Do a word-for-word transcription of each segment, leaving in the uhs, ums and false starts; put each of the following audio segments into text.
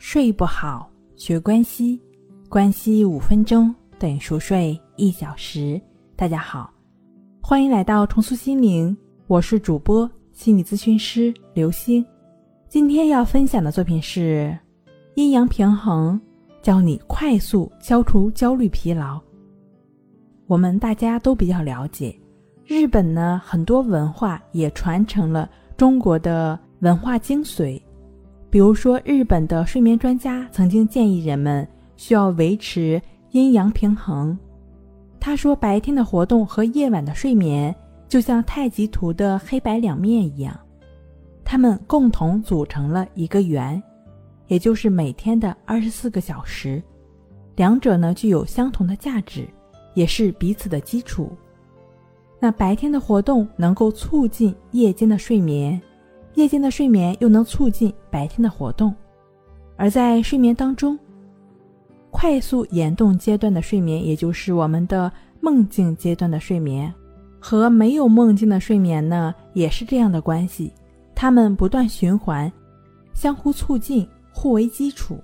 睡不好，学关西，关西五分钟等于熟睡一小时。大家好，欢迎来到重塑心灵，我是主播心理咨询师刘星。今天要分享的作品是阴阳平衡，教你快速消除焦虑疲劳。我们大家都比较了解，日本呢很多文化也传承了中国的文化精髓。比如说，日本的睡眠专家曾经建议人们需要维持阴阳平衡。他说，白天的活动和夜晚的睡眠就像太极图的黑白两面一样，它们共同组成了一个圆，也就是每天的二十四个小时。两者呢具有相同的价值，也是彼此的基础。那白天的活动能够促进夜间的睡眠，夜间的睡眠又能促进白天的活动。而在睡眠当中，快速眼动阶段的睡眠，也就是我们的梦境阶段的睡眠，和没有梦境的睡眠呢也是这样的关系，它们不断循环，相互促进，互为基础。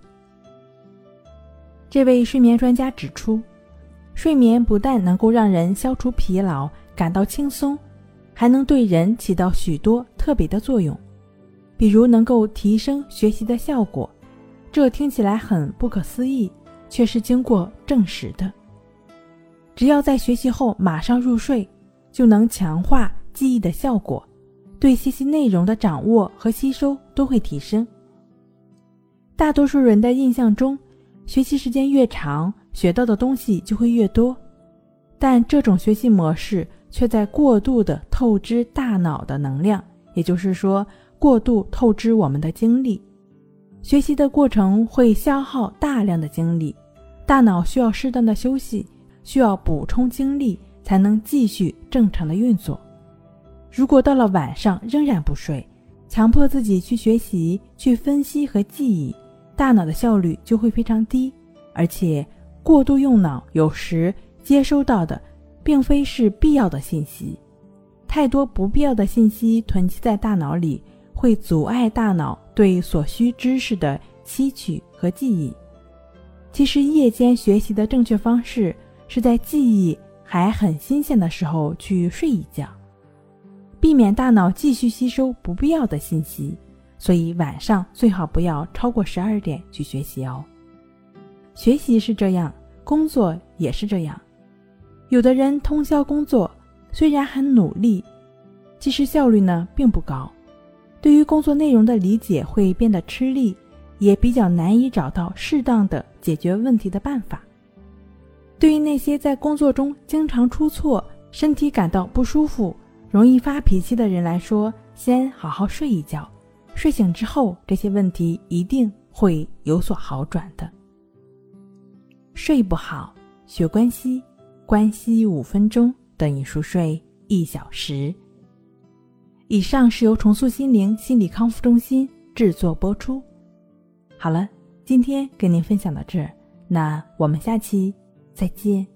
这位睡眠专家指出，睡眠不但能够让人消除疲劳，感到轻松，还能对人起到许多特别的作用，比如能够提升学习的效果。这听起来很不可思议，却是经过证实的。只要在学习后马上入睡，就能强化记忆的效果，对学习内容的掌握和吸收都会提升。大多数人的印象中，学习时间越长，学到的东西就会越多，但这种学习模式却在过度的透支大脑的能量，也就是说，过度透支我们的精力。学习的过程会消耗大量的精力，大脑需要适当的休息，需要补充精力才能继续正常的运作。如果到了晚上仍然不睡，强迫自己去学习、去分析和记忆，大脑的效率就会非常低，而且过度用脑有时接收到的并非是必要的信息，太多不必要的信息囤积在大脑里，会阻碍大脑对所需知识的吸取和记忆。其实夜间学习的正确方式是在记忆还很新鲜的时候去睡一觉，避免大脑继续吸收不必要的信息，所以晚上最好不要超过十二点去学习哦。学习是这样，工作也是这样。有的人通宵工作，虽然很努力，其实效率呢并不高，对于工作内容的理解会变得吃力，也比较难以找到适当的解决问题的办法。对于那些在工作中经常出错，身体感到不舒服，容易发脾气的人来说，先好好睡一觉，睡醒之后这些问题一定会有所好转的。睡不好，学关西，关西五分钟等于熟睡一小时。以上是由重塑心灵心理康复中心制作播出。好了，今天跟您分享到这儿，那我们下期再见。